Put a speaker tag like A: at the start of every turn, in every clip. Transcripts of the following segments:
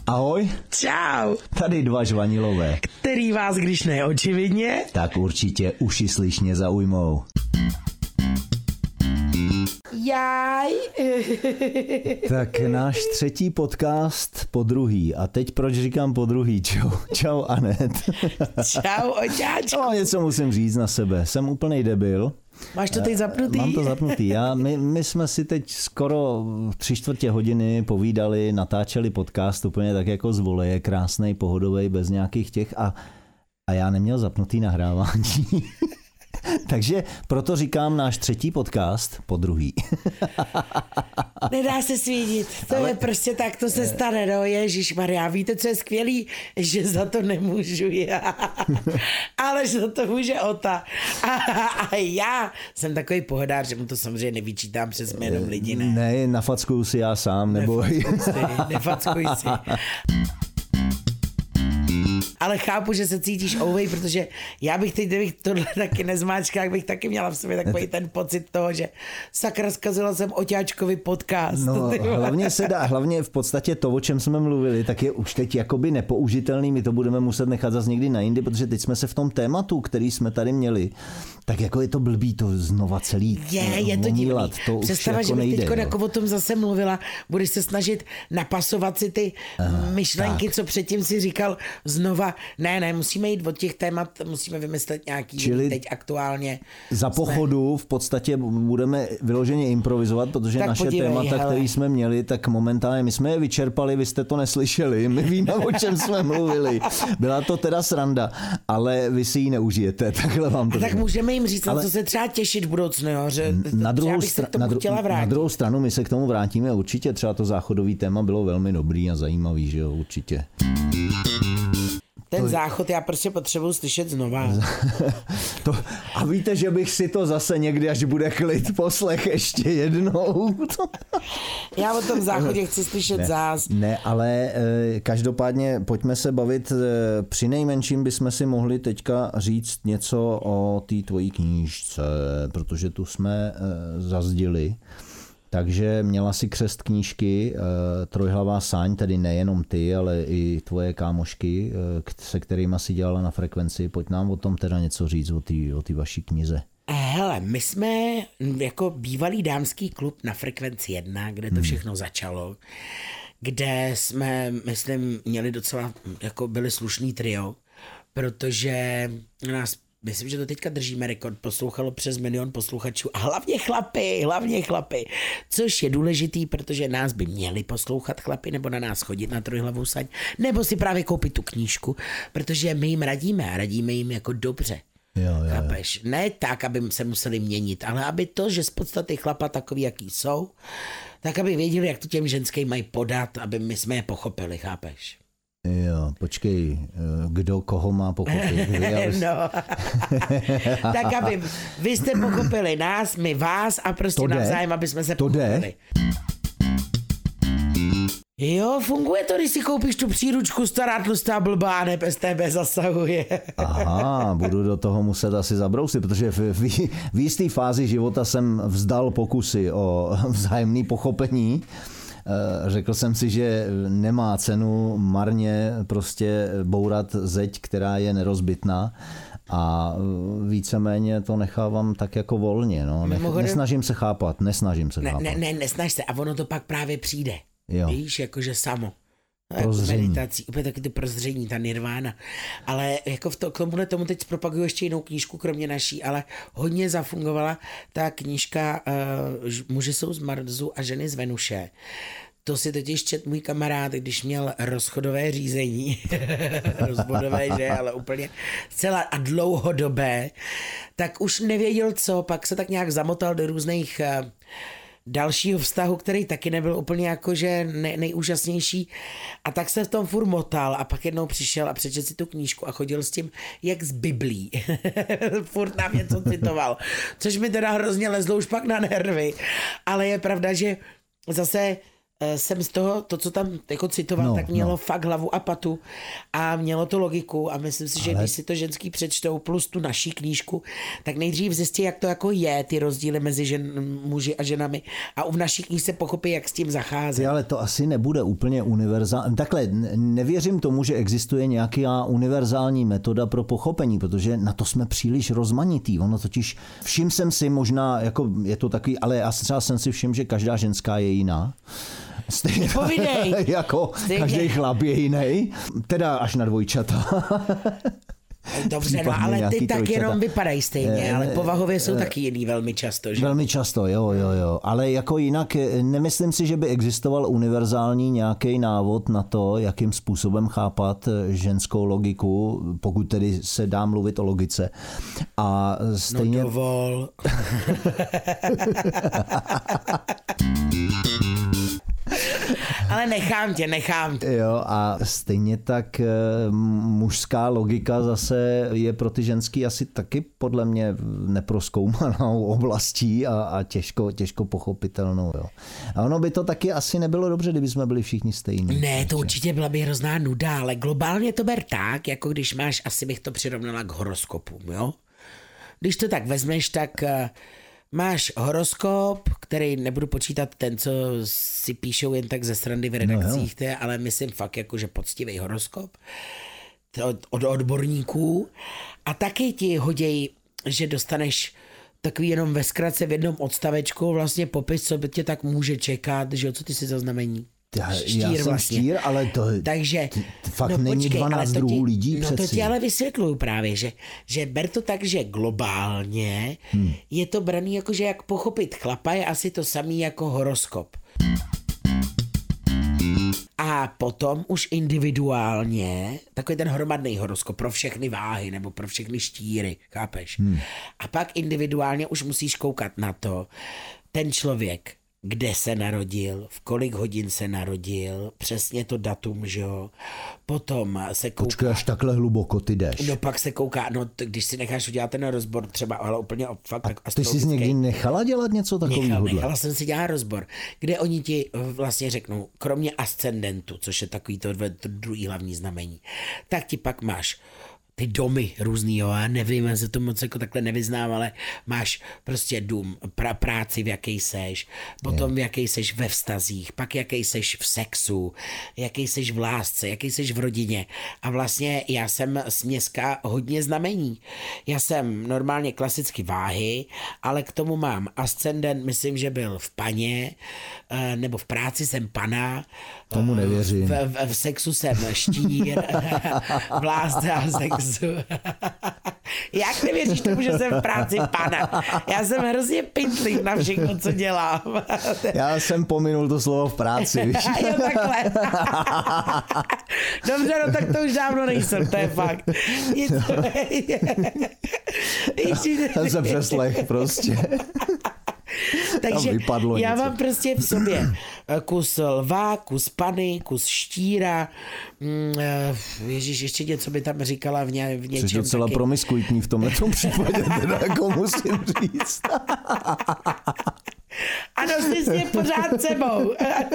A: Ahoj.
B: Čau.
A: Tady dva žvanilové.
B: Který vás, když ne očividně,
A: tak určitě uši slyšně zaujmou.
B: Jaj.
A: Tak náš třetí podcast po druhý. A teď proč říkám po druhý? Čau Anet.
B: Čau oťáčku.
A: No, něco musím říct na sebe. Jsem úplnej debil.
B: Máš to teď zapnutý?
A: Mám to zapnutý. My jsme si teď skoro 3/4 hodiny povídali, natáčeli podcast úplně tak jako z voleje, krásnej, pohodovej, bez nějakých těch a já neměl zapnutý nahrávání. Takže proto říkám náš třetí podcast po druhý.
B: Nedá se svídit. To je prostě tak, to se stane, no ježišmarja. Víte, co je skvělý? Že za to nemůžu já. Ale že za to může Ota. A já jsem takový pohodář, že mu to samozřejmě nevyčítám přes jménem lidi, ne?
A: Ne, nafackuju si já sám, nebo...
B: Nefackuj si. Ale chápu, že se cítíš ouvej, protože já bych teď, kdybych tohle taky nezmáčkal, jak bych taky měla v sobě takový ten pocit toho, že sakra, zkazila jsem oťáčkovi podcast.
A: No, hlavně v podstatě to, o čem jsme mluvili, tak je už teď jakoby nepoužitelný, my to budeme muset nechat zase někdy na jindy, protože teď jsme se v tom tématu, který jsme tady měli, tak jako je to blbý to znova celý
B: je to divný.
A: Představa,
B: že bych teď jako o tom zase mluvila, budeš se snažit napasovat si ty myšlenky, tak. Co předtím si říkal znova. Ne, musíme jít od těch témat, musíme vymyslet nějaký teď aktuálně.
A: Za pochodu v podstatě budeme vyloženě improvizovat, protože tak naše témata, které jsme měli, tak momentálně my jsme je vyčerpali, vy jste to neslyšeli, my víme, o čem jsme mluvili. Byla to teda sranda, ale vy si ji neužijete, takhle vám to.
B: Tak můžeme jim říct, ale... co se třeba těšit v budoucnu, jo? Že
A: na druhou stranu my se k tomu vrátíme určitě, třeba to záchodový téma bylo velmi dobrý a zajímavý, že jo, určitě.
B: Ten záchod já prostě potřebuji slyšet znova.
A: A víte, že bych si to zase někdy, až bude klid, poslech ještě jednou.
B: Já o tom záchodě chci slyšet zás.
A: Ne, ale každopádně pojďme se bavit, přinejmenším bychom si mohli teďka říct něco o té tvojí knížce, protože tu jsme zazdili. Takže měla si křest knížky Trojhlavá sáň, tedy nejenom ty, ale i tvoje kámošky, se kterými si dělala na Frekvenci. Pojď nám o tom teda něco říct, o té vaší knize.
B: Hele, my jsme jako bývalý dámský klub na Frekvenci 1, kde to všechno začalo, kde jsme, myslím, měli docela, jako byli slušný trio, protože nás myslím, že to teďka držíme rekord, poslouchalo přes 1 milion posluchačů a hlavně chlapy, což je důležitý, protože nás by měli poslouchat chlapy nebo na nás chodit na Trojhlavou saň, nebo si právě koupit tu knížku, protože my jim radíme a radíme jim jako dobře.
A: Jo.
B: Chápeš? Ne tak, aby se museli měnit, ale aby to, že z podstaty chlapa takový, jaký jsou, tak aby věděli, jak to těm ženským mají podat, aby my jsme je pochopili, chápeš?
A: Jo, počkej, kdo koho má pochopit?
B: No, tak aby vy jste pochopili nás, my vás a prostě navzájem, aby jsme se pochopili. Jo, funguje to, když si koupíš tu příručku stará tlustá blbá, neb STB zasahuje.
A: Aha, budu do toho muset asi zabrousit, protože v jisté fázi života jsem vzdal pokusy o vzájemné pochopení. Řekl jsem si, že nemá cenu marně prostě bourat zeď, která je nerozbitná a víceméně to nechávám tak jako volně. No. Nesnažím se chápat. Ne,
B: nesnaž se a ono to pak právě přijde.
A: Jo.
B: Víš, jakože samo.
A: Prozření.
B: Meditací, úplně taky ty prozření, ta nirvána. Ale jako k tomu teď propaguju ještě jinou knížku, kromě naší, ale hodně zafungovala ta knížka Muži jsou z Marsu a ženy z Venuše. To si totiž čet můj kamarád, když měl rozchodové řízení. Rozvodové, že, ale úplně celá a dlouhodobé. Tak už nevěděl co, pak se tak nějak zamotal do různých dalšího vztahu, který taky nebyl úplně jakože nejúžasnější a tak se v tom furt motal a pak jednou přišel a přečet si tu knížku a chodil s tím jak z Biblí. Furt nám něco citoval, což mi teda hrozně lezlo už pak na nervy, ale je pravda, že zase jsem z toho, to, co tam jako citoval, tak mělo fakt hlavu a patu a mělo to logiku a myslím si, že když si to ženský přečtou plus tu naší knížku, tak nejdřív zjistí, jak to jako je, ty rozdíly mezi muži a ženami a v naší knížce pochopí, jak s tím zacházet.
A: Ale to asi nebude úplně univerzální. Takhle, nevěřím tomu, že existuje nějaká univerzální metoda pro pochopení, protože na to jsme příliš rozmanitý. Ono totiž, všim jsem si možná, jako je to takový, ale já třeba jsem si všiml, že každá ženská je jiná. Stejně jako každý chlap je jiný, teda až na dvojčata.
B: Dobře, no ale ty tak jenom vypadají stejně, ale povahově jsou taky jiný velmi často. Že?
A: Velmi často, jo. Ale jako jinak nemyslím si, že by existoval univerzální nějaký návod na to, jakým způsobem chápat ženskou logiku, pokud tedy se dá mluvit o logice. A stejně...
B: No dovol. Ale nechám tě.
A: Jo, a stejně tak mužská logika zase je pro ty ženský asi taky podle mě neprozkoumanou oblastí a těžko pochopitelnou. Jo. A ono by to taky asi nebylo dobře, kdyby jsme byli všichni stejní.
B: Ne, to určitě byla by hrozná nuda, ale globálně to ber tak, jako když máš, asi bych to přirovnala k horoskopům, jo? Když to tak vezmeš, tak... Máš horoskop, který nebudu počítat ten, co si píšou jen tak ze srandy v redakcích, ale myslím fakt jakože poctivý horoskop od odborníků a taky ti hodějí, že dostaneš takový jenom ve zkratce v jednom odstavečku vlastně popis, co by tě tak může čekat, že jo, co ty si za znamení?
A: Já jsem štír, ale to
B: takže,
A: fakt není 12 druhů lidí přeci.
B: No to ti ale vysvětluju právě, že ber to tak, že globálně je to braný jako, že jak pochopit chlapa je asi to samý jako horoskop. A potom už individuálně, takový ten hromadný horoskop pro všechny váhy nebo pro všechny štíry, chápeš? A pak individuálně už musíš koukat na to, ten člověk, kde se narodil, v kolik hodin se narodil, přesně to datum, že jo. Potom se kouká...
A: Počkej, až takhle hluboko ty jdeš.
B: No pak se kouká, no když si necháš udělat ten rozbor třeba, ale úplně fakt tak
A: astrologický. Ty jsi někdy nechala dělat něco takového?
B: Nechala jsem si dělat rozbor, kde oni ti vlastně řeknou, kromě ascendentu, což je takový to druhý hlavní znamení, tak ti pak máš ty domy různý, jo, já nevím, já se to moc jako takhle nevyznám, ale máš prostě dům, práci, v jaký seš, potom v jaký seš ve vztazích, pak jaký seš v sexu, jaký seš v lásce, jaký seš v rodině a vlastně já jsem směska hodně znamení. Já jsem normálně klasicky váhy, ale k tomu mám ascendent, myslím, že byl v paně, nebo v práci jsem pana.
A: Tomu nevěřím.
B: V sexu jsem štír, v lásce a sexu. Jak nevěříš tomu, že jsem v práci pana? Já jsem hrozně pintlý na všechno, co dělám.
A: Já jsem pominul to slovo v práci, víš?
B: Jo, takhle. Dobře, no tak to už dávno nejsem, to je fakt.
A: Já jsem přeslech prostě.
B: Takže já mám prostě v sobě kus lva, kus pany, kus štíra, ježíš, ještě něco by tam říkala v něčem.
A: Jsi docela taky promiskuitní v tomhle případě, teda jako musím říct.
B: Ano, jsi mě pořád sebou.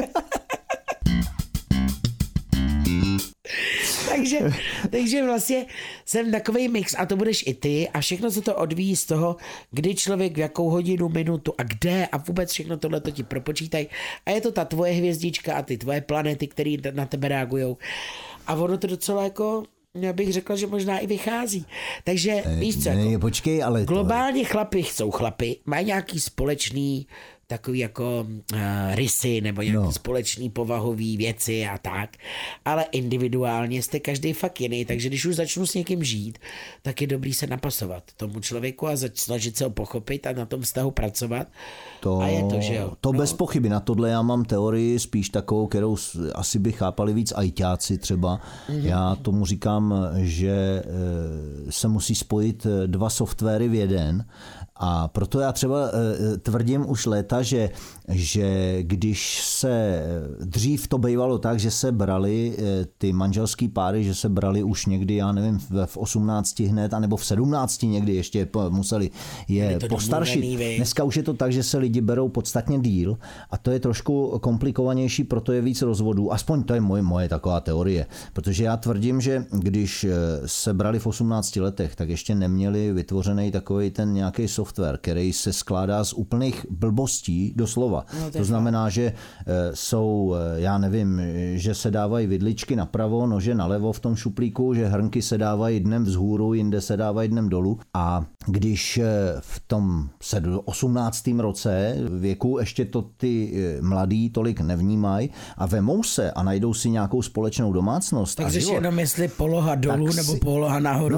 B: Takže vlastně jsem takovej mix a to budeš i ty a všechno se to odvíjí z toho, kdy člověk v jakou hodinu, minutu a kde a vůbec všechno tohle to ti propočítají a je to ta tvoje hvězdička a ty tvoje planety, které na tebe reagujou a ono to docela jako, já bych řekla, že možná i vychází. Takže víš co, jako,
A: počkej, ale
B: globálně chlapi jsou chlapi, mají nějaký společný takový jako rysy nebo nějaký společný povahový věci a tak, ale individuálně jste každý fakt jiný, takže když už začnu s někým žít, tak je dobrý se napasovat tomu člověku a snažit se ho pochopit a na tom vztahu pracovat. A je to, že jo?
A: To bez pochyby, na tohle já mám teorii spíš takovou, kterou asi by chápali víc ajťáci třeba. Já tomu říkám, že se musí spojit dva softwary v jeden A proto já třeba tvrdím už léta, že když se dřív to bývalo tak, že se brali ty manželský páry, že se brali už někdy, já nevím, v 18 hned, anebo v 17 někdy ještě museli je postaršit. Dneska už je to tak, že se lidi berou podstatně díl a to je trošku komplikovanější, proto je víc rozvodů. Aspoň to je moje taková teorie, protože já tvrdím, že když se brali v 18 letech, tak ještě neměli vytvořený takový ten nějaký software, který se skládá z úplných blbostí doslova. No, to znamená, že jsou, já nevím, že se dávají vidličky napravo, nože nalevo v tom šuplíku, že hrnky se dávají dnem vzhůru, jinde se dávají dnem dolů. A když v tom 18. roce věku ještě to ty mladí tolik nevnímají a vemou se a najdou si nějakou společnou domácnost.
B: Takže jenom jestli poloha dolů nebo poloha nahoru.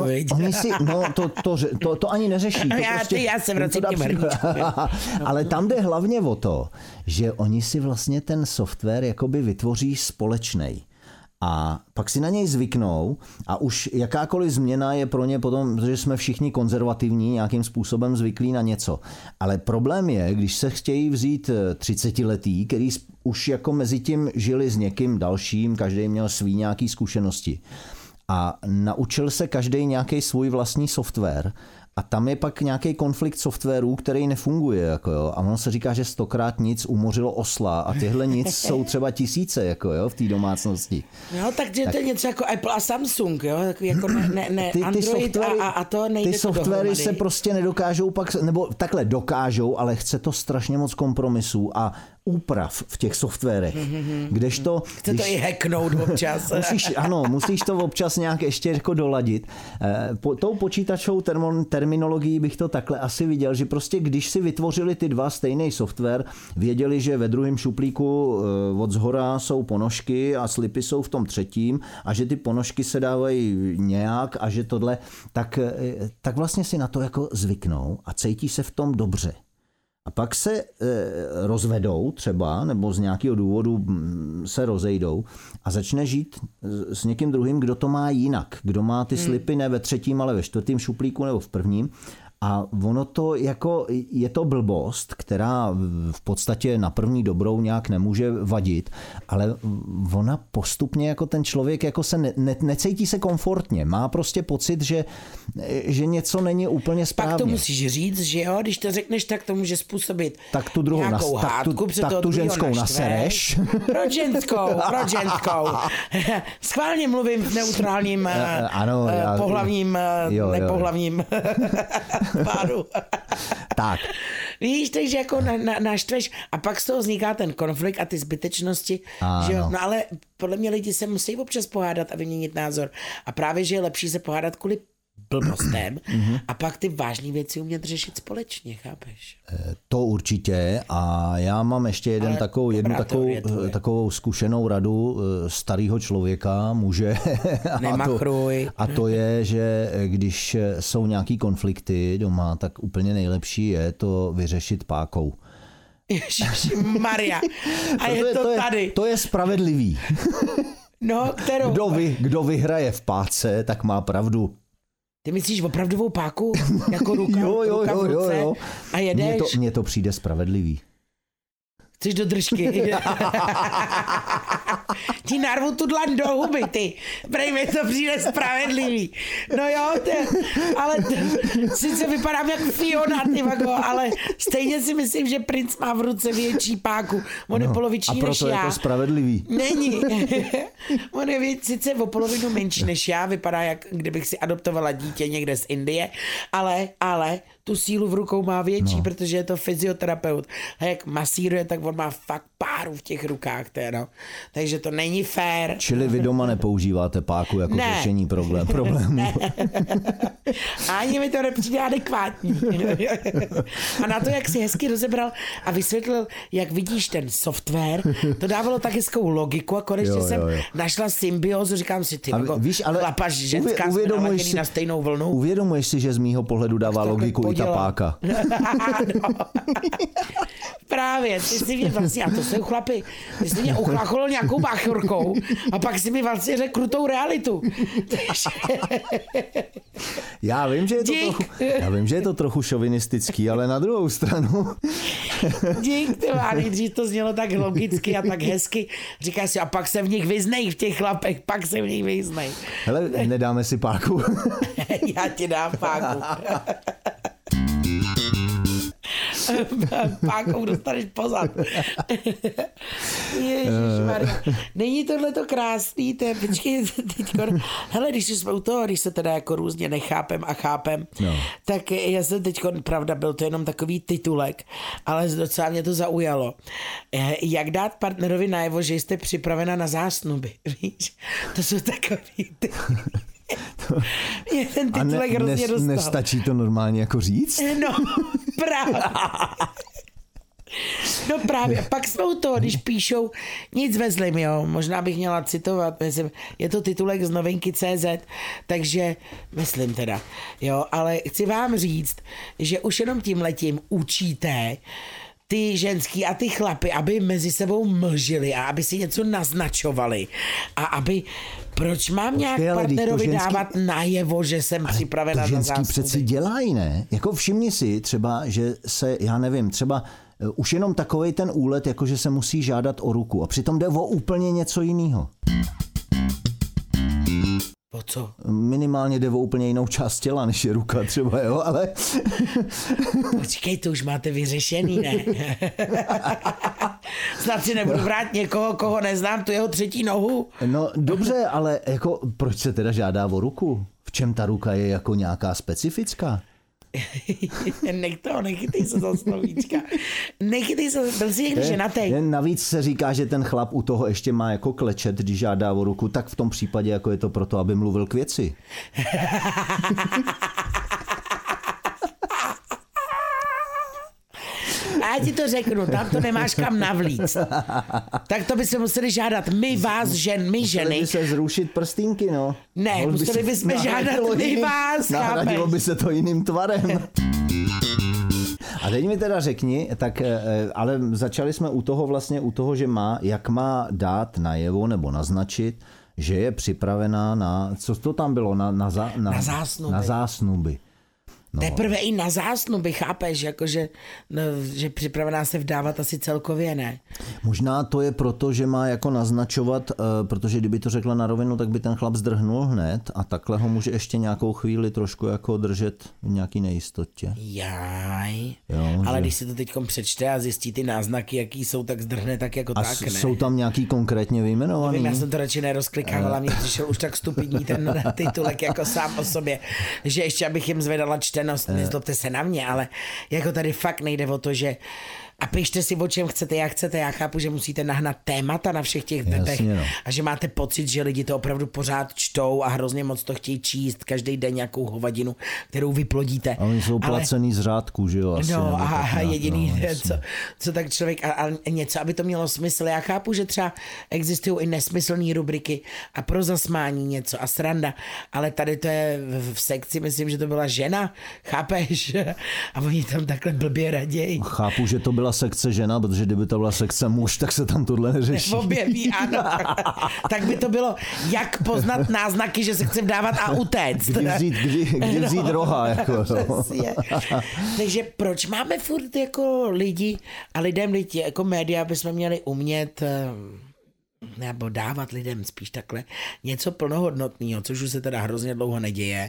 A: To ani neřeší.
B: Já se vracím tím hrníčku.
A: Ale tam jde hlavně o to, že oni si vlastně ten software jakoby vytvoří společnej. A pak si na něj zvyknou a už jakákoliv změna je pro ně potom, protože jsme všichni konzervativní, nějakým způsobem zvyklí na něco. Ale problém je, když se chtějí vzít 30letí, který už jako mezi tím žili s někým dalším, každý měl svý nějaký zkušenosti. A naučil se každý nějaký svůj vlastní software. A tam je pak nějaký konflikt softwarů, který nefunguje. Jako jo. A ono se říká, že 100krát nic umořilo osla a tyhle nic jsou třeba tisíce jako jo, v té domácnosti.
B: No, takže to je něco jako Apple a Samsung, jo? Jako ne Android a to nejde.
A: Ty softwary se prostě nedokážou pak, nebo takhle dokážou, ale chce to strašně moc kompromisů a úprav v těch softwarech. Kdežto...
B: Chce to i hacknout občas.
A: Musíš to občas nějak ještě jako doladit. Tou počítačovou terminologií bych to takhle asi viděl, že prostě když si vytvořili ty dva stejný software, věděli, že ve druhém šuplíku od zhora jsou ponožky a slipy jsou v tom třetím a že ty ponožky se dávají nějak a že tohle, tak vlastně si na to jako zvyknou a cítí se v tom dobře. A pak se rozvedou třeba, nebo z nějakého důvodu se rozejdou a začne žít s někým druhým, kdo to má jinak. Kdo má ty slipy ne ve třetím, ale ve čtvrtém šuplíku nebo v prvním. A ono to jako, je to blbost, která v podstatě na první dobrou nějak nemůže vadit, ale ona postupně jako ten člověk jako se necítí se komfortně. Má prostě pocit, že něco není úplně správně.
B: Pak to musíš říct, že jo, když to řekneš, tak to může způsobit
A: tak tu druhou
B: nějakou hádku,
A: tak tu ženskou nasereš.
B: Pro ženskou. Schválně mluvím v neutrálním pohlavním, nepohlavním páru.
A: Tak.
B: Víš, takže jako naštveš a pak z toho vzniká ten konflikt a ty zbytečnosti. Že jo? No ale podle mě lidi se musí občas pohádat a vyměnit názor. A právě, že je lepší se pohádat kvůli blbostem a pak ty vážné věci umět řešit společně, chápeš?
A: To určitě a já mám ještě jednu takovou zkušenou radu starého člověka, muže a to je, že když jsou nějaký konflikty doma, tak úplně nejlepší je to vyřešit pákou.
B: Ježišmarja. A je to tady.
A: To je spravedlivý.
B: No, kterou?
A: Kdo vyhraje v páce, tak má pravdu.
B: Ty myslíš opravdovou páku? Jako ruka v ruce a jedeš?
A: Mně to přijde spravedlivý.
B: Chceš do držky? Ti narvu tu dlaň do huby, ty. Prej mi to přijde spravedlivý. No jo, ale sice vypadám jak Fiona, ty vago, ale stejně si myslím, že princ má v ruce větší páku. On je poloviční než já.
A: A proto je to spravedlivý.
B: Není. On je sice o polovinu menší než já, vypadá jak kdybych si adoptovala dítě někde z Indie, ale tu sílu v rukou má větší, protože je to fyzioterapeut. A jak masíruje, tak on má fakt páru v těch rukách. Takže to není fér.
A: Čili vy doma nepoužíváte páku jako řešení problémů.
B: Ani mi to nepřijde adekvátní. A na to, jak si hezky rozebral a vysvětlil, jak vidíš ten software, to dávalo tak hezkou logiku a konečně jsem našla symbiózu, říkám si, chlapa, ženská jsme naladěný na stejnou vlnu.
A: Uvědomuješ si, že z mýho pohledu dává logiku i ta páka.
B: No. Právě, ty jsi mě vlastně, a to jsou chlapi, ty jsi mě uchlachol nějakou báchorkou a pak si mi vlastně řekl krutou realitu.
A: Já vím, že je to trochu šovinistický, ale na druhou stranu.
B: Dík, ty má, nejdřív to znělo tak logicky a tak hezky. Říkáš si, a pak se v nich vyznej, v těch chlapech, pak se v nich vyznej.
A: Hele, nedáme si páku.
B: Já ti dám páku. Pákou dostaneš pozad. Ježišmarja. Není tohleto krásný? Počkej, hele, když jsme u toho, když se teda jako různě nechápem a chápem, no. Tak já jsem teďko, pravda, byl to jenom takový titulek, ale docela mě to zaujalo. Jak dát partnerovi najevo, že jste připravena na zásnuby, víš? To jsou takový mě ten titulek hrozně dostal.
A: Nestačí to normálně jako říct?
B: No, právě. No právě, pak jsme u toho, když píšou nic ve zlým, jo, možná bych měla citovat, myslím, je to titulek z novinky CZ, takže myslím teda, jo, ale chci vám říct, že už jenom tímhletím učíte ty ženský a ty chlapy, aby mezi sebou mlžili a aby si něco naznačovali a aby, proč mám nějak partnerovi dávat najevo, že jsem připravena na zásluhy?
A: To ženský přeci dělají, ne? Jako všimni si třeba, že se, já nevím, třeba už jenom takovej ten úlet, jako že se musí žádat o ruku a přitom jde o úplně něco jiného.
B: O co?
A: Minimálně jde o úplně jinou část těla, než je ruka třeba, jo, ale...
B: Počkej, to už máte vyřešený, ne? Snad si nebudu brát někoho, koho neznám, tu jeho třetí nohu.
A: No dobře, ale jako proč se teda žádá o ruku? V čem ta ruka je jako nějaká specifická?
B: Nechytej se za slovíčka. Nechytej se, byl jsi někdy ženatej.
A: Navíc se říká, že ten chlap u toho ještě má jako klečet, když žádá o ruku, tak v tom případě jako je to proto, aby mluvil k věci.
B: A já ti to řeknu, tam to nemáš kam navlíct. Tak to by se museli žádat my ženy.
A: Museli by se zrušit prstínky, no.
B: Ne, museli bychom žádat my vás,
A: nahradilo by se to jiným tvarem. A teď mi teda řekni, tak, ale začali jsme u toho, že jak má dát najevo nebo naznačit, že je připravená na, co to tam bylo, na
B: zásnuby.
A: Na zásnuby. No.
B: Teprve i na zásnuby, chápeš, jakože, no, že připravená se vdávat asi celkově ne.
A: Možná to je proto, že má jako naznačovat, protože kdyby to řekla na rovinu, tak by ten chlap zdrhnul hned a takhle ho může ještě nějakou chvíli trošku jako držet v nějaký nejistotě.
B: Jaj,
A: jo,
B: ale
A: že...
B: když si to teďkom přečte a zjistí ty náznaky, jaký jsou, tak zdrhne tak jako
A: a
B: tak, ne?
A: Jsou tam nějaký konkrétně vyjmenovaný?
B: Já jsem to radši nerozklikávala, mně přišel už tak stupidní ten titulek jako sám o sobě, že ještě abych jim zvedala čtenost, nezlobte se na mě, ale jako tady fakt nejde o to, že a pište si, o čem chcete, jak chcete. Já chápu, že musíte nahnat témata na všech těch webech a že máte pocit, že lidi to opravdu pořád čtou a hrozně moc to chtějí číst každý den nějakou hovadinu, kterou vyplodíte.
A: A oni jsou placený z řádku, že jo? Asi,
B: no a jediný, co tak člověk, a něco, aby to mělo smysl. Já chápu, že třeba existují i nesmyslné rubriky a pro zasmání něco a sranda, ale tady to je v sekci, myslím, že to byla žena, chápeš? A oni tam takhle blbě raději.
A: Chápu, že to byla sekce žena, protože kdyby to byla sekce muž, tak se tam tohle neřeší.
B: Objeví, ano. Tak by to bylo, jak poznat náznaky, že se chce vdávat a utéct.
A: Kdy vzít roha. Jako,
B: Takže proč máme furt jako lidi a lidem jako média, aby jsme měli umět nebo dávat lidem spíš takhle něco plnohodnotného, což už se teda hrozně dlouho neděje.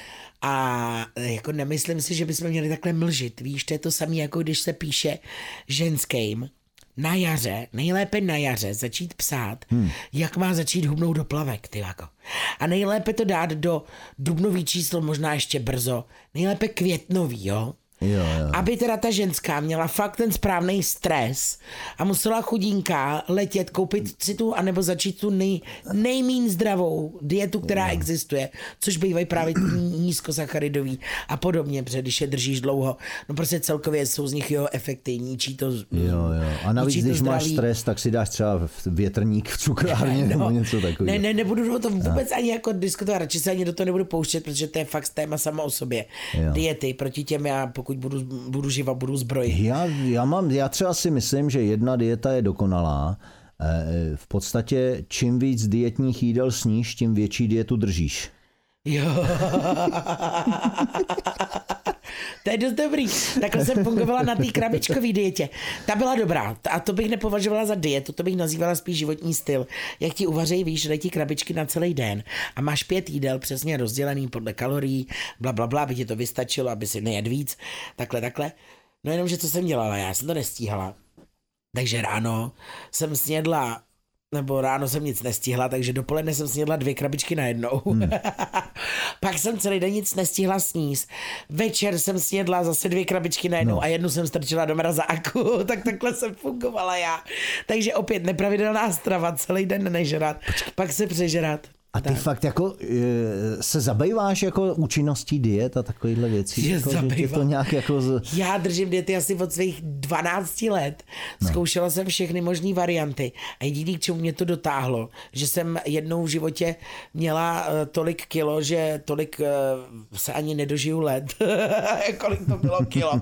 B: A jako nemyslím si, že bychom měli takhle mlžit. Víš, to je to samé, jako když se píše ženským na jaře, nejlépe na jaře začít psát, jak má začít hubnout do plavek, ty jako. A nejlépe to dát do dubnový číslo, možná ještě brzo. Nejlépe květnový, jo.
A: Jo.
B: Aby teda ta ženská měla fakt ten správný stres a musela chudinka letět, koupit si tu, anebo začít tu nejmín zdravou dietu, která existuje, což bývají právě nízkosacharidový a podobně, protože když je držíš dlouho, no prostě celkově jsou z nich efekty, ničí to.
A: Jo. A navíc, když máš stres, tak si dáš třeba větrník v cukrárně nebo něco takového.
B: Nebudu o tom vůbec ani jako diskutovat, radši se ani do toho nebudu pouštět, protože to je fakt téma sama o sobě.
A: Jo.
B: Diety, proti těm já, pokud budu živa, budu zbrojit.
A: Já třeba si myslím, že jedna dieta je dokonalá. V podstatě čím víc dietních jídel sníš, tím větší dietu držíš.
B: Jo. To je dost dobrý. Takhle jsem fungovala na té krabičkové dietě. Ta byla dobrá. A to bych nepovažovala za dietu, to bych nazývala spíš životní styl. Jak ti uvařejí, víš, dají ti krabičky na celý den a máš 5 jídel přesně rozdělený podle kalorií, blablabla, aby ti to vystačilo, aby si nejedl víc, takhle. No jenom, že co jsem dělala, já jsem to nestíhala. Takže ráno jsem snědla, nebo ráno jsem nic nestihla, takže dopoledne jsem snědla 2 krabičky najednou. Pak jsem celý den nic nestihla sníst. Večer jsem snědla zase 2 krabičky najednou a jednu jsem strčila do mrazáku. Tak takhle jsem fungovala já. Takže opět nepravidelná strava, celý den nežrat, pak se přežrat.
A: A ty fakt jako se zabýváš jako účinností diet a takovýhle věcí? Jako, že to nějak jako
B: Já držím diety asi od svých 12 let. Zkoušela jsem všechny možné varianty a jediný, k čemu mě to dotáhlo, že jsem jednou v životě měla tolik kilo, že tolik se ani nedožiju let. Kolik to bylo kilo.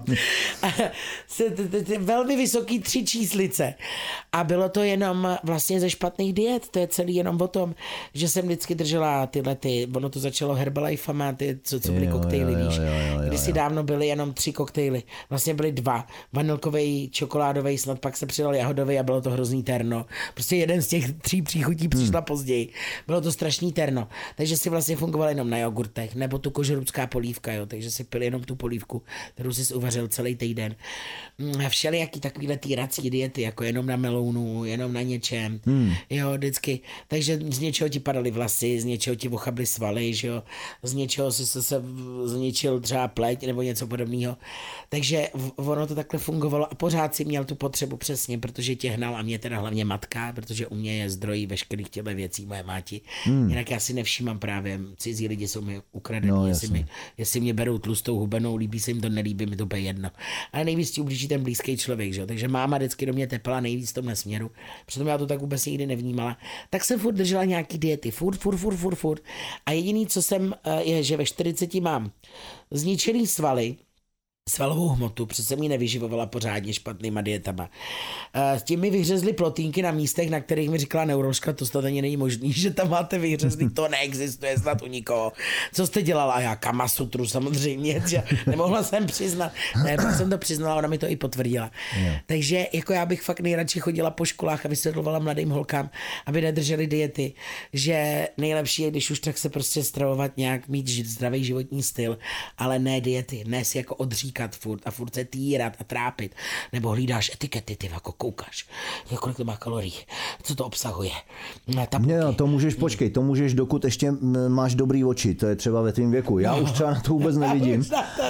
B: Velmi vysoký 3 číslice. A bylo to jenom vlastně ze špatných diet. To je celý jenom o tom, že jsem vždycky držela ono to začalo Herbalifema, co byly koktejly, víš. Kdysi dávno byly jenom 3 koktejly. Vlastně byly 2. Vanilkovej, čokoládovej, snad pak se přidal jahodový a bylo to hrozný terno. Prostě jeden z těch 3 příchutí přišla později. Bylo to strašný terno. Takže si vlastně fungoval jenom na jogurtech, nebo tu kožerudská polívka, jo. Takže si pil jenom tu polívku, kterou si uvařil celý týden. Všelijaký takovýhle týrací diety, jako jenom na melounu, jenom na něčem. Jo, vždycky. Takže z něčeho ti padaly vlasy, z něčeho ti ochably svaly, že jo, z něčeho si se zničil třeba pleť nebo něco podobného. Takže ono to takhle fungovalo a pořád si měl tu potřebu přesně, protože tě hnal a mě teda hlavně matka, protože u mě je zdroj veškerých těchto věcí moje máti. Jinak já si nevšímám právě, cizí lidi jsou mi ukradení, jestli mě berou tlustou hubenou, líbí se jim to, nelíbí mi to úplně jedno. Ale nejvíc ti ublíží ten blízký člověk, že jo, takže máma vždycky do mě tepla nejvíc v tomhle směru, přitom já to tak vůbec nikdy nevnímala. Tak jsem furt držela nějaký diety, furt. A jediný, co jsem, je, že ve 40 mám zničený svaly, svalovou hmotu, protože jsem ji nevyživovala pořádně špatnýma dietama. S tím mi vyhřezly plotínky na místech, na kterých mi říkala neuroložka, to snad ani není možný, že tam máte vyhřezlý, to neexistuje snad u nikoho. Co jste dělala? A já Kamasutru samozřejmě, že nemohla jsem přiznat. Ne, pak jsem to přiznala, ona mi to i potvrdila. Takže jako já bych fakt nejradši chodila po školách a vysvětlovala mladým holkám, aby nedrželi diety, že nejlepší je, když už tak se prostě stravovat nějak, mít zdravý životní styl, ale ne diety, ne si jako odříkat furt se týrat a trápit, nebo hlídáš etikety, ty jako koukáš, kolik to má kalorií, co to obsahuje.
A: No, to můžeš, počkej, to můžeš, dokud ještě máš dobrý oči, to je třeba ve tvým věku. Já už třeba na to vůbec nevidím.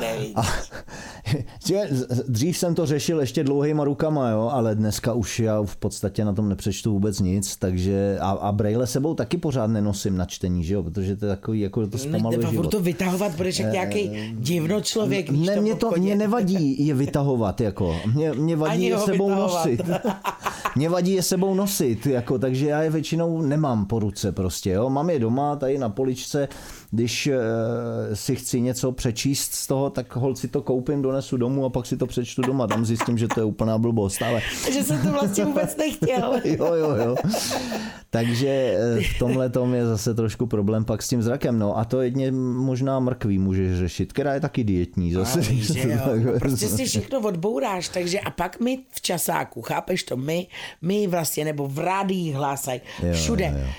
A: Dřív jsem to řešil ještě dlouhýma rukama, jo, ale dneska už já v podstatě na tom nepřečtu vůbec nic, takže a brejle sebou taky pořád nenosím na čtení, že jo, protože to je takový, jako to zpomaluje život.
B: To vytahovat, budeš jak nějaký divno člověk.
A: Mě nevadí je vytahovat, jako. Mě vadí je sebou nosit. Mě vadí je sebou nosit, jako, takže já je většinou nemám po ruce prostě, jo. Mám je doma, tady na poličce, když si chci něco přečíst z toho, tak holt si to koupím, donesu domů a pak si to přečtu doma, tam zjistím, že to je úplná blbost, ale...
B: Že jsem to vlastně vůbec nechtěl.
A: Jo. Takže v tomhle tom je zase trošku problém pak s tím zrakem, no a to jedně možná mrkví můžeš řešit, která je taky dietní zase.
B: No, prostě si všechno odbouráš, takže a pak my v časáku, chápeš to, my vlastně, nebo v rádiích hlásají, všude. Jo.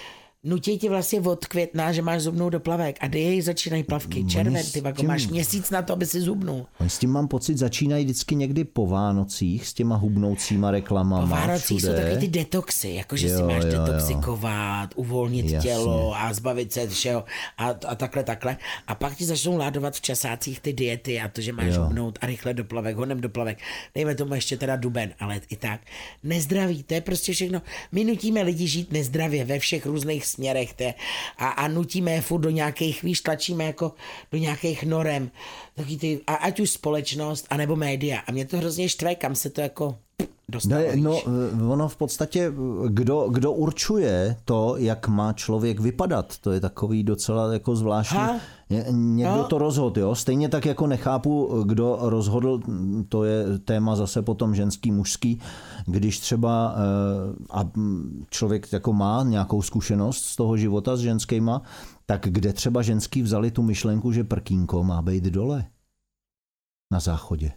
B: nutí ti vlastně od května, že máš zubnou doplavek a kdy začínají plavky, červen, ty vako, máš měsíc na to, aby si zubnul.
A: Oni s tím mám pocit, začínají vždycky někdy po Vánocích s těma hubnoucíma reklamama.
B: Po Vánocích jsou taky ty detoxy, jakože si máš detoxikovat, uvolnit tělo a zbavit se všeho a takhle. A pak ti začnou ládovat v časácích ty diety a to, že máš hubnout a rychle doplavek, honem doplavek. Dejme tomu ještě teda duben, ale i tak. Nezdraví, to je prostě všechno. My nutíme lidi žít nezdravě ve všech různých směrech a nutíme je furt do nějakých, víš, tlačíme jako do nějakých norem. Taky ty, a ať už společnost, anebo média. A mě to hrozně štve, kam se to jako dostalo.
A: No, ono v podstatě, kdo určuje to, jak má člověk vypadat, to je takový docela jako zvláštní. Někdo to rozhodl, jo? Stejně tak jako nechápu, kdo rozhodl, to je téma zase potom ženský, mužský, když třeba a člověk jako má nějakou zkušenost z toho života s ženskýma, tak kde třeba ženský vzali tu myšlenku, že prkínko má být dole na záchodě.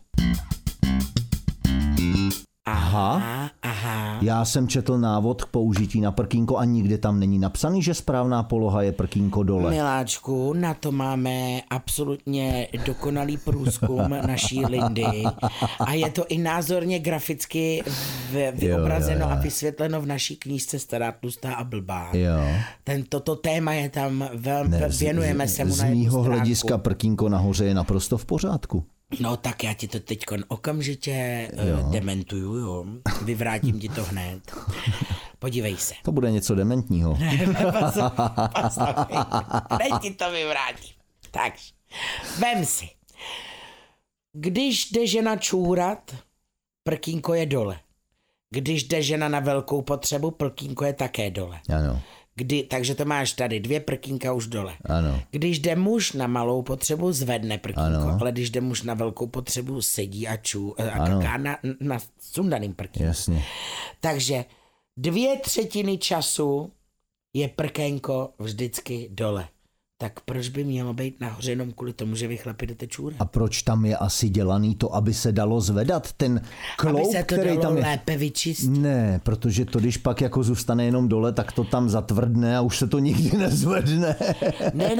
A: Aha. Já jsem četl návod k použití na prkínko a nikde tam není napsaný, že správná poloha je prkínko dole.
B: Miláčku, na to máme absolutně dokonalý průzkum naší Lindy a je to i názorně graficky vyobrazeno a vysvětleno v naší knížce Stará, tlustá a blbá. Toto téma je tam velmi, věnujeme se mu na jednu stránku.
A: Z mýho hlediska prkínko nahoře je naprosto v pořádku.
B: No tak já ti to teď okamžitě dementuju, jo. Vyvrátím ti to hned. Podívej se.
A: To bude něco dementního.
B: Hned ti to vyvrátím. Takže, vem si. Když jde žena čůrat, prkínko je dole. Když jde žena na velkou potřebu, prkínko je také dole.
A: Ano.
B: Takže to máš tady 2 prkínka už dole.
A: Ano.
B: Když jde muž na malou potřebu, zvedne prkínko, ale když jde muž na velkou potřebu, sedí a kaká na sundaným prkínku.
A: Jasně.
B: Takže 2/3 času je prkénko vždycky dole. Tak proč by mělo být nahoře jenom kvůli tomu, že vy chlapi jdete čůrat?
A: A proč tam je asi dělaný to, aby se dalo zvedat ten kloub,
B: aby se to
A: který
B: dalo
A: tam je?
B: Lépe vyčistit?
A: Ne, protože to, když pak jako zůstane jenom dole, tak to tam zatvrdne a už se to nikdy nezvedne.
B: Ne.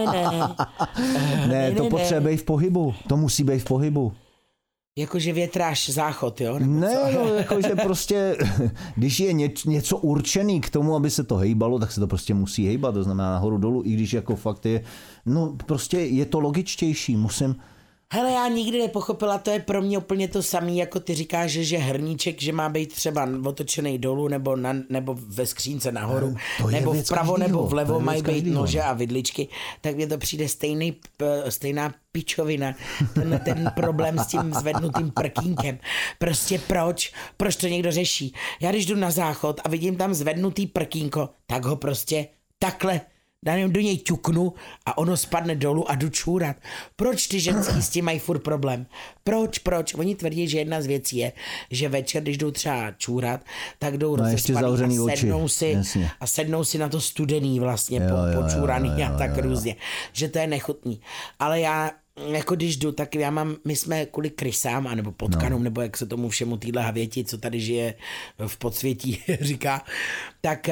A: Ne, to potřebuje být v pohybu. To musí být v pohybu.
B: Jakože větráš záchod, jo?
A: Jakože prostě, když je něco určený k tomu, aby se to hejbalo, tak se to prostě musí hejbat, to znamená nahoru dolů, i když jako fakt je, no prostě je to logičtější,
B: Hele, já nikdy nepochopila, to je pro mě úplně to samé, jako ty říkáš, že hrníček, že má být třeba otočený dolů nebo ve skřínce nahoru, nebo vpravo nebo vlevo mají být nože a vidličky, tak mně to přijde stejná pičovina, ten problém s tím zvednutým prkínkem. Prostě proč to někdo řeší? Já když jdu na záchod a vidím tam zvednutý prkínko, tak ho prostě takhle do něj ťuknu a ono spadne dolů a jdu čůrat. Proč ty ženský s tím mají furt problém? Proč? Oni tvrdí, že jedna z věcí je, že večer, když jdou třeba čůrat, tak jdou rozespaný a sednou si na to studený vlastně počůraný a tak různě. Že to je nechutný. Ale já jako když jdu, tak my jsme kvůli krysám, anebo potkanům, nebo jak se tomu všemu týhle havěti, co tady žije v podsvětí, říká, tak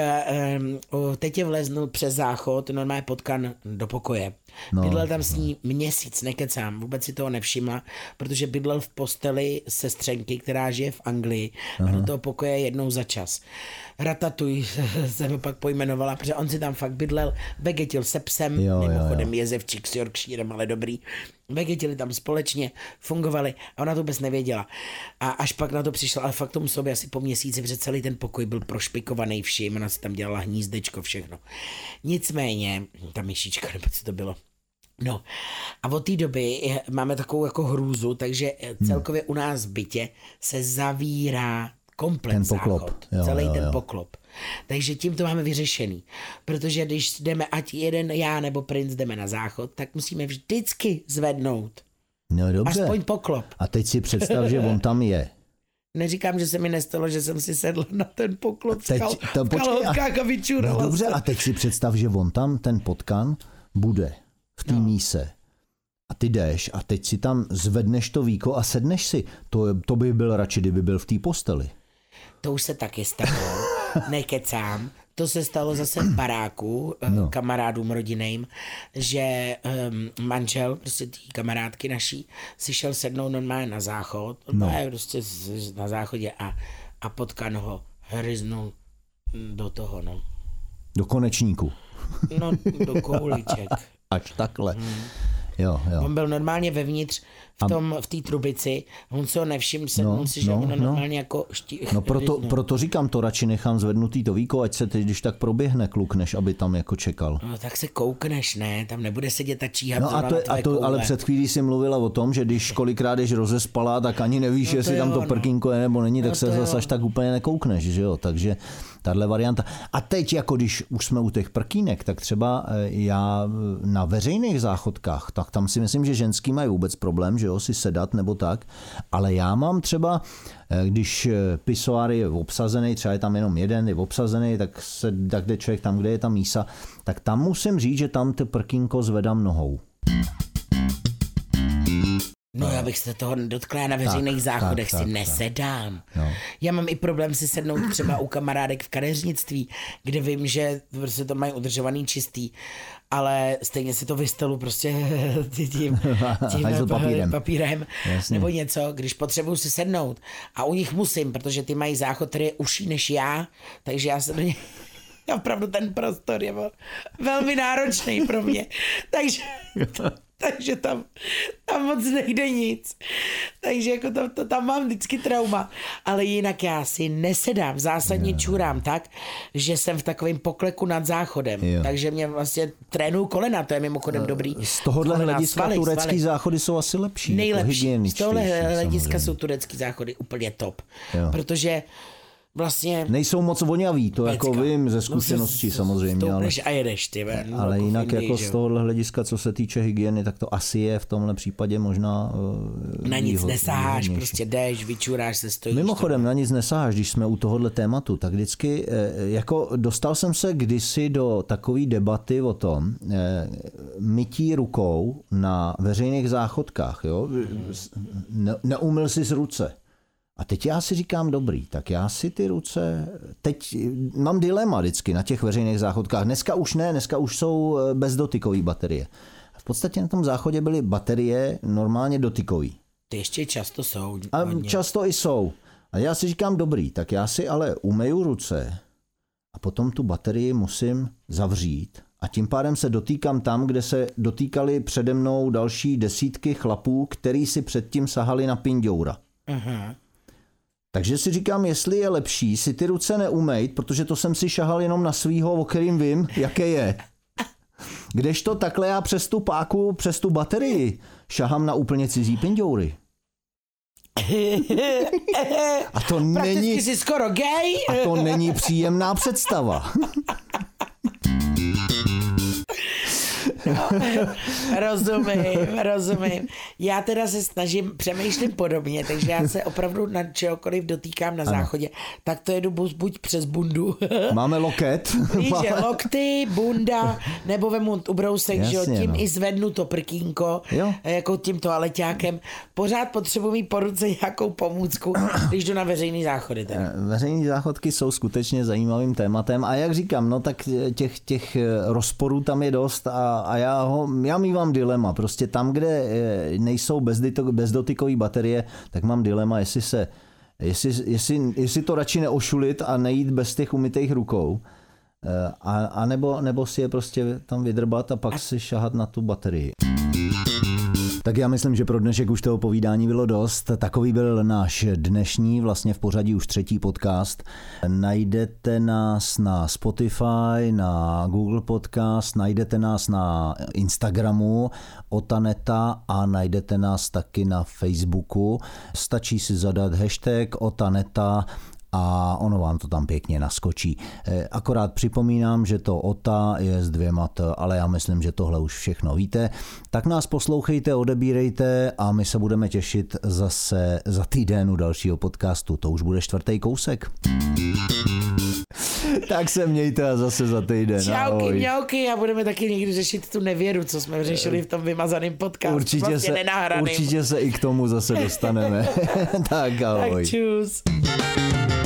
B: teď je vleznul přes záchod, normálně potkan do pokoje. Bydlel tam s ní měsíc, nekecám, vůbec si toho nevšimla, protože bydlel v posteli sestřenky, která žije v Anglii a do toho pokoje jednou za čas. Ratatuj se mi pak pojmenovala, protože on si tam fakt bydlel, vegetil se psem, mimochodem jezevčík s Yorkshirem, ale dobrý. Vegetili tam společně, fungovali a ona to vůbec nevěděla. A až pak na to přišla, ale fakt tomu sobě asi po měsíci, protože celý ten pokoj byl prošpikovaný vším, ona si tam dělala hnízdečko, všechno. Nicméně, ta myšička, nebo co to bylo. No a od té doby máme takovou jako hrůzu, takže celkově u nás v bytě se zavírá komplet ten záchod, celý ten poklop. Takže tím to máme vyřešený. Protože když jdeme, ať jeden já nebo princ jdeme na záchod, tak musíme vždycky zvednout.
A: No dobře.
B: Aspoň poklop.
A: A teď si představ, že on tam je.
B: Neříkám, že se mi nestalo, že jsem si sedl na ten poklop v kalhotkách a vyčurala.
A: No dobře, a teď si představ, že on tam, ten potkan, bude v té míse. A ty jdeš a teď si tam zvedneš to víko a sedneš si. To by byl radši, kdyby byl v té posteli.
B: To už se taky stalo. Nekecám. to se stalo zase v baráku, kamarádům rodinným, že manžel, prostě tý kamarádky naší, si šel sednout normálně na záchod, prostě na záchodě a potkan ho hryznul do toho, no.
A: Do konečníku.
B: No, do kouliček.
A: Až takhle. Jo.
B: On byl normálně vevnitř v té trubici, on se ho nevšiml, on si že ono normálně jako
A: No proto říkám, to radši nechám zvednutý to víko, ať se teď, když tak proběhne kluk, než aby tam jako čekal.
B: No tak se koukneš, ne, tam nebude sedět a číhat.
A: No ale před chvílí si mluvila o tom, že když kolikrát jdeš rozespalá, tak ani nevíš, jestli tam to prkínko je nebo není, tak se zase až tak úplně nekoukneš, že jo, takže tahle varianta. A teď, jako když už jsme u těch prkínek, tak třeba já na veřejných záchodkách, tak tam si myslím, že ženský mají vůbec problém, že jo, si sedat nebo tak, ale já mám třeba, když pisoár je obsazený, třeba je tam jenom jeden, je obsazený, tak jde člověk tam, kde je ta mísa, tak tam musím říct, že tam ty prkínko zvedám nohou.
B: No já bych se toho nedotkla, na veřejných záchodech si nesedám.
A: No.
B: Já mám i problém si sednout třeba u kamarádek v kadeřnictví, kde vím, že prostě to mají udržovaný čistý, ale stejně si to vystelu prostě tím papírem nebo něco, když potřebuju si sednout a u nich musím, protože ty mají záchod, který je užší než já, takže já se do něj... Opravdu ten prostor je velmi náročný pro mě, takže tam moc nejde nic. Takže jako tam mám vždycky trauma. Ale jinak já si nesedám, zásadně čurám tak, že jsem v takovém pokleku nad záchodem. Jo. Takže mě vlastně trénuju kolena, to je mimochodem dobrý.
A: Z tohohle hlediska turecký záchody jsou asi lepší.
B: Nejlepší.
A: Jako
B: z tohohle hlediska jsou turecký záchody úplně top.
A: Jo.
B: Protože vlastně...
A: Nejsou moc voňaví, to jako vím ze zkušeností samozřejmě.
B: A jedeš, ty.
A: Ale jinak jako z tohohle hlediska, co se týče hygieny, tak to asi je v tomhle případě možná...
B: Na nic nesáháš, prostě jdeš, vyčuráš se, stojíš.
A: Mimochodem, na nic nesáháš, když jsme u tohohle tématu, tak vždycky, jako dostal jsem se kdysi do takové debaty o tom, mytí rukou na veřejných záchodkách, jo? Neumyl si z ruce. A teď já si říkám, dobrý, tak já si ty ruce, teď mám dilema vždycky na těch veřejných záchodkách. Dneska už ne, dneska už jsou bezdotykové baterie. A v podstatě na tom záchodě byly baterie normálně dotykový.
B: Ty ještě často jsou.
A: A často i jsou. A já si říkám, dobrý, tak já si ale umeju ruce a potom tu baterii musím zavřít. A tím pádem se dotýkám tam, kde se dotýkali přede mnou další desítky chlapů, který si předtím sahali na pinďoura.
B: Aha.
A: Takže si říkám, jestli je lepší si ty ruce neumejt, protože to jsem si šahal jenom na svýho, o kterým vím, jaké je. Kdežto takhle já přes tu páku, přes tu baterii šahám na úplně cizí pinďoury. A to není...
B: jsi skoro gay.
A: A to není příjemná představa.
B: Rozumím. Já teda se snažím, přemýšlím podobně, takže já se opravdu na čehokoliv dotýkám na záchodě, tak to jedu buď přes bundu.
A: Máme loket.
B: Víš, že lokty, bunda, nebo vemu ubrousek, že jo, tím i zvednu to prkínko, jako tím toaleťákem. Pořád potřebuji mít po ruce nějakou pomůcku, když jdu na veřejný záchody.
A: Veřejný záchodky jsou skutečně zajímavým tématem a jak říkám, no tak těch rozporů tam je dost a já mívám dilema. Prostě tam, kde nejsou bezdotykové baterie, tak mám dilema, jestli to radši neošulit a nejít bez těch umytých rukou, a nebo si je prostě tam vydrbat a pak si šahat na tu baterii. Tak já myslím, že pro dnešek už toho povídání bylo dost. Takový byl náš dnešní, vlastně v pořadí už 3. podcast. Najdete nás na Spotify, na Google Podcast, najdete nás na Instagramu Otaneta a najdete nás taky na Facebooku. Stačí si zadat hashtag Otaneta a ono vám to tam pěkně naskočí. Akorát připomínám, že to OTA je s 2 T, ale já myslím, že tohle už všechno víte. Tak nás poslouchejte, odebírejte a my se budeme těšit zase za týden u dalšího podcastu. To už bude 4. kousek. Tak se mějte a zase za týden.
B: Čauky, mňauky a budeme taky někdy řešit tu nevěru, co jsme řešili v tom vymazaném podcastu.
A: Určitě se i k tomu zase dostaneme. Tak ahoj.
B: Tak čus.